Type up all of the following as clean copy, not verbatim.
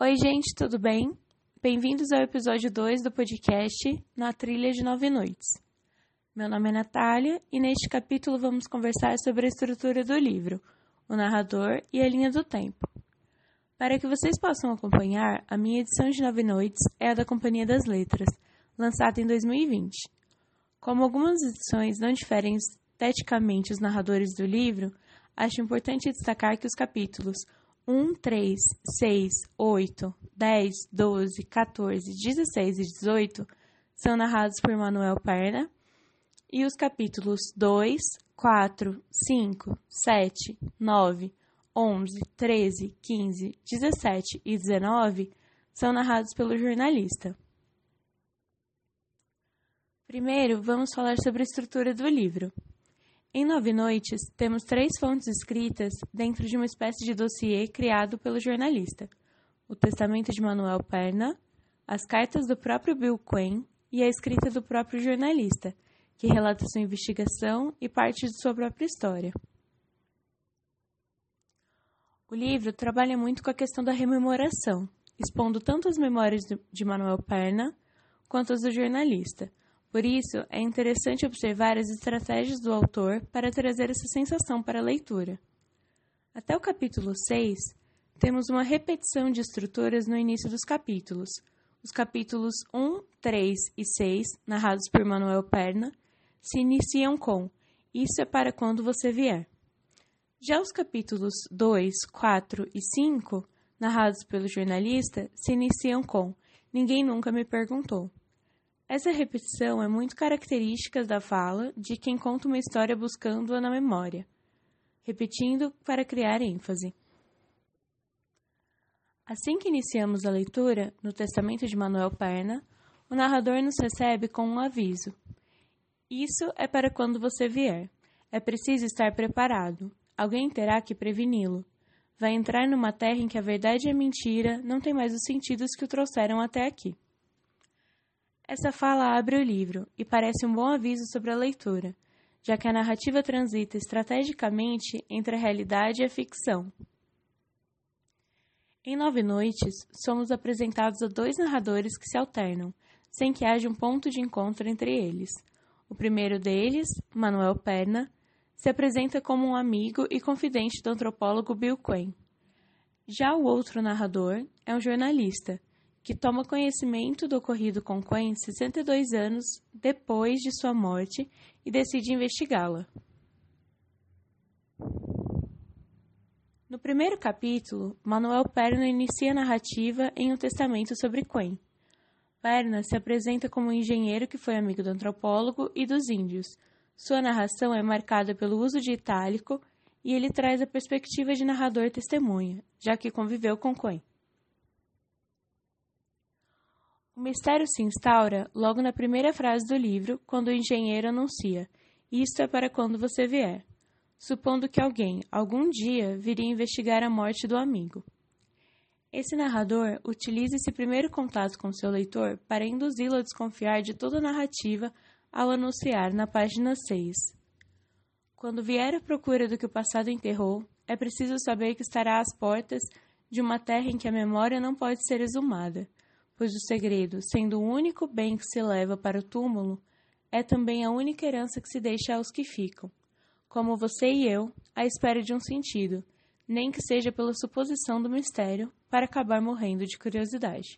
Oi, gente, tudo bem? Bem-vindos ao episódio 2 do podcast Na Trilha de 9 Noites. Meu nome é Natália e neste capítulo vamos conversar sobre a estrutura do livro, o narrador e a linha do tempo. Para que vocês possam acompanhar, a minha edição de 9 Noites é a da Companhia das Letras, lançada em 2020. Como algumas edições não diferem esteticamente os narradores do livro, acho importante destacar que os capítulos 1, 3, 6, 8, 10, 12, 14, 16 e 18 são narrados por Manuel Perna e os capítulos 2, 4, 5, 7, 9, 11, 13, 15, 17 e 19 são narrados pelo jornalista. Primeiro, vamos falar sobre a estrutura do livro. Em 9 Noites, temos 3 fontes escritas dentro de uma espécie de dossiê criado pelo jornalista: o testamento de Manuel Perna, as cartas do próprio Bill Quinn e a escrita do próprio jornalista, que relata sua investigação e parte de sua própria história. O livro trabalha muito com a questão da rememoração, expondo tanto as memórias de Manuel Perna quanto as do jornalista. Por isso, é interessante observar as estratégias do autor para trazer essa sensação para a leitura. Até o capítulo 6, temos uma repetição de estruturas no início dos capítulos. Os capítulos 1, 3 e 6, narrados por Manuel Perna, se iniciam com "Isso é para quando você vier". Já os capítulos 2, 4 e 5, narrados pelo jornalista, se iniciam com "Ninguém nunca me perguntou". Essa repetição é muito característica da fala de quem conta uma história buscando-a na memória, repetindo para criar ênfase. Assim que iniciamos a leitura, no testamento de Manuel Perna, o narrador nos recebe com um aviso. Isso é para quando você vier. É preciso estar preparado. Alguém terá que preveni-lo. Vai entrar numa terra em que a verdade e a mentira não têm mais os sentidos que o trouxeram até aqui. Essa fala abre o livro e parece um bom aviso sobre a leitura, já que a narrativa transita estrategicamente entre a realidade e a ficção. Em 9 Noites, somos apresentados a 2 narradores que se alternam, sem que haja um ponto de encontro entre eles. O primeiro deles, Manuel Perna, se apresenta como um amigo e confidente do antropólogo Bill Quinn. Já o outro narrador é um jornalista, que toma conhecimento do ocorrido com Quinn 62 anos depois de sua morte e decide investigá-la. No primeiro capítulo, Manuel Perna inicia a narrativa em um testamento sobre Quinn. Perna se apresenta como um engenheiro que foi amigo do antropólogo e dos índios. Sua narração é marcada pelo uso de itálico e ele traz a perspectiva de narrador-testemunha, já que conviveu com Quinn. O mistério se instaura logo na primeira frase do livro, quando o engenheiro anuncia: "Isto é para quando você vier", supondo que alguém, algum dia, viria investigar a morte do amigo. Esse narrador utiliza esse primeiro contato com seu leitor para induzi-lo a desconfiar de toda a narrativa ao anunciar na página 6. Quando vier à procura do que o passado enterrou, é preciso saber que estará às portas de uma terra em que a memória não pode ser exumada, pois o segredo, sendo o único bem que se leva para o túmulo, é também a única herança que se deixa aos que ficam, como você e eu, à espera de um sentido, nem que seja pela suposição do mistério, para acabar morrendo de curiosidade.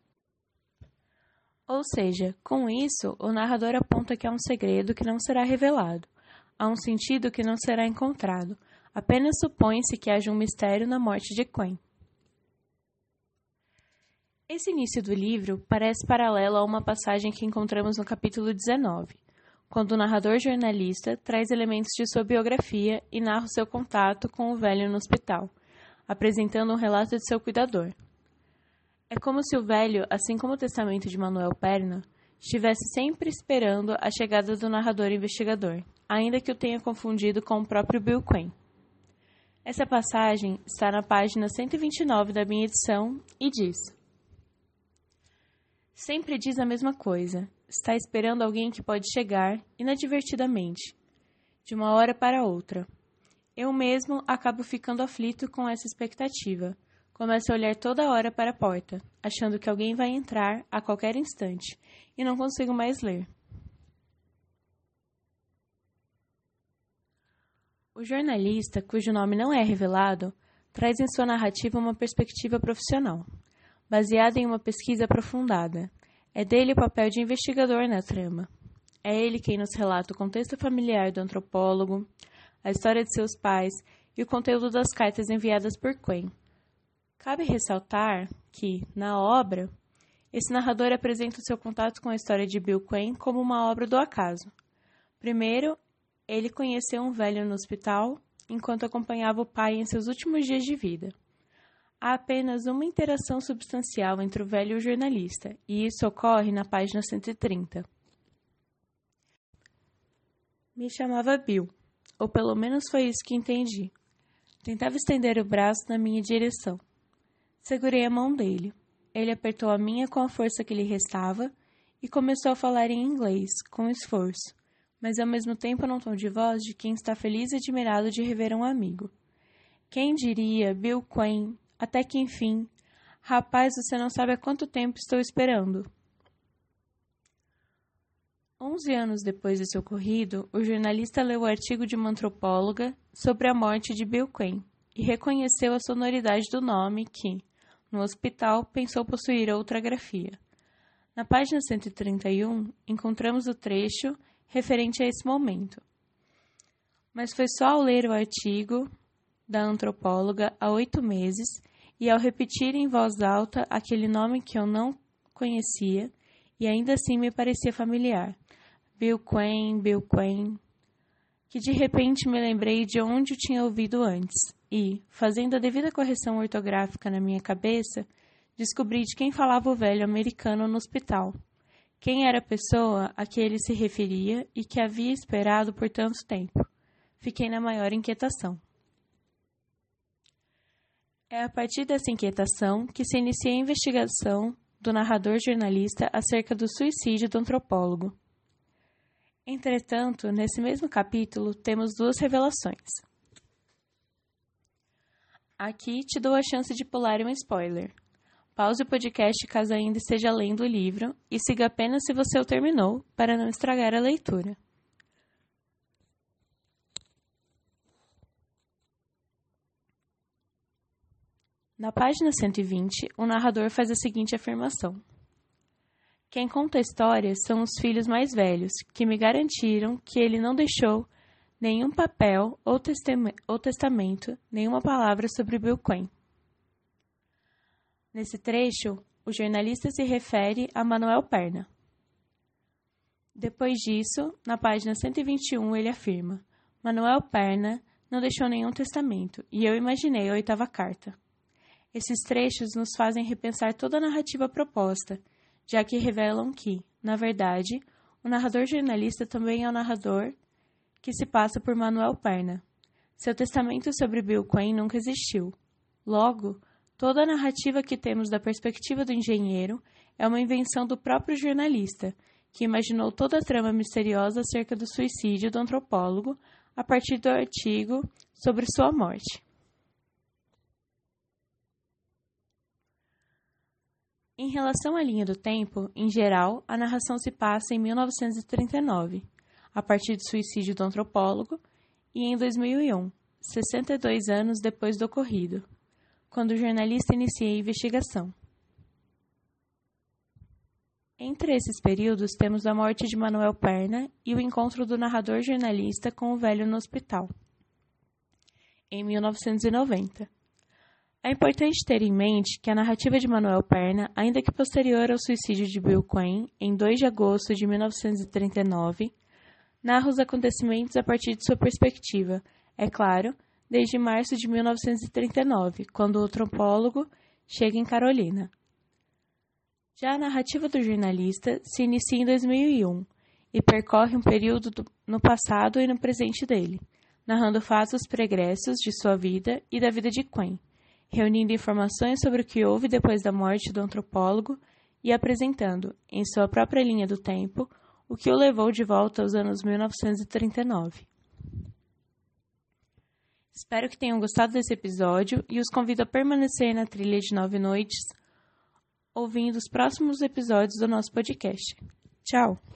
Ou seja, com isso, o narrador aponta que há um segredo que não será revelado, há um sentido que não será encontrado, apenas supõe-se que haja um mistério na morte de Quinn. Esse início do livro parece paralelo a uma passagem que encontramos no capítulo 19, quando o narrador jornalista traz elementos de sua biografia e narra o seu contato com o velho no hospital, apresentando um relato de seu cuidador. É como se o velho, assim como o testamento de Manuel Perna, estivesse sempre esperando a chegada do narrador investigador, ainda que o tenha confundido com o próprio Bill Quinn. Essa passagem está na página 129 da minha edição e diz: "Sempre diz a mesma coisa. Está esperando alguém que pode chegar, inadvertidamente, de uma hora para outra. Eu mesmo acabo ficando aflito com essa expectativa. Começo a olhar toda hora para a porta, achando que alguém vai entrar a qualquer instante, e não consigo mais ler. O jornalista, cujo nome não é revelado, traz em sua narrativa uma perspectiva profissional, baseada em uma pesquisa aprofundada. É dele o papel de investigador na trama. É ele quem nos relata o contexto familiar do antropólogo, a história de seus pais e o conteúdo das cartas enviadas por Quinn. Cabe ressaltar que, na obra, esse narrador apresenta o seu contato com a história de Bill Quinn como uma obra do acaso. Primeiro, ele conheceu um velho no hospital enquanto acompanhava o pai em seus últimos dias de vida. Há apenas uma interação substancial entre o velho e o jornalista, e isso ocorre na página 130. Me chamava Bill, ou pelo menos foi isso que entendi. Tentava estender o braço na minha direção. Segurei a mão dele. Ele apertou a minha com a força que lhe restava e começou a falar em inglês, com esforço, mas ao mesmo tempo num tom de voz de quem está feliz e admirado de rever um amigo. Quem diria, Bill Quinn, até que enfim. Rapaz, você não sabe há quanto tempo estou esperando. 11 anos depois desse ocorrido, o jornalista leu o artigo de uma antropóloga sobre a morte de Bill Quinn e reconheceu a sonoridade do nome que, no hospital, pensou possuir outra grafia. Na página 131, encontramos o trecho referente a esse momento. Mas foi só ao ler o artigo da antropóloga há 8 meses e ao repetir em voz alta aquele nome que eu não conhecia e ainda assim me parecia familiar. Bill Quinn, que de repente me lembrei de onde o tinha ouvido antes e, fazendo a devida correção ortográfica na minha cabeça, descobri de quem falava o velho americano no hospital, quem era a pessoa a que ele se referia e que havia esperado por tanto tempo. Fiquei na maior inquietação. É a partir dessa inquietação que se inicia a investigação do narrador jornalista acerca do suicídio do antropólogo. Entretanto, nesse mesmo capítulo, temos 2 revelações. Aqui te dou a chance de pular um spoiler. Pause o podcast caso ainda esteja lendo o livro e siga apenas se você o terminou, para não estragar a leitura. Na página 120, o narrador faz a seguinte afirmação. Quem conta a história são os filhos mais velhos, que me garantiram que ele não deixou nenhum papel ou testamento, nenhuma palavra sobre Bill Quinn. Nesse trecho, o jornalista se refere a Manuel Perna. Depois disso, na página 121, ele afirma: Manuel Perna não deixou nenhum testamento, e eu imaginei a 8ª carta. Esses trechos nos fazem repensar toda a narrativa proposta, já que revelam que, na verdade, o narrador jornalista também é o narrador que se passa por Manuel Perna. Seu testamento sobre Bill Quinn nunca existiu. Logo, toda a narrativa que temos da perspectiva do engenheiro é uma invenção do próprio jornalista, que imaginou toda a trama misteriosa acerca do suicídio do antropólogo a partir do artigo sobre sua morte. Em relação à linha do tempo, em geral, a narração se passa em 1939, a partir do suicídio do antropólogo, e em 2001, 62 anos depois do ocorrido, quando o jornalista inicia a investigação. Entre esses períodos, temos a morte de Manuel Perna e o encontro do narrador jornalista com o velho no hospital, em 1990. É importante ter em mente que a narrativa de Manuel Perna, ainda que posterior ao suicídio de Bill Quinn, em 2 de agosto de 1939, narra os acontecimentos a partir de sua perspectiva, é claro, desde março de 1939, quando o antropólogo chega em Carolina. Já a narrativa do jornalista se inicia em 2001 e percorre um período no passado e no presente dele, narrando fatos pregressos de sua vida e da vida de Quinn, reunindo informações sobre o que houve depois da morte do antropólogo e apresentando, em sua própria linha do tempo, o que o levou de volta aos anos 1939. Espero que tenham gostado desse episódio e os convido a permanecer na trilha de 9 noites, ouvindo os próximos episódios do nosso podcast. Tchau!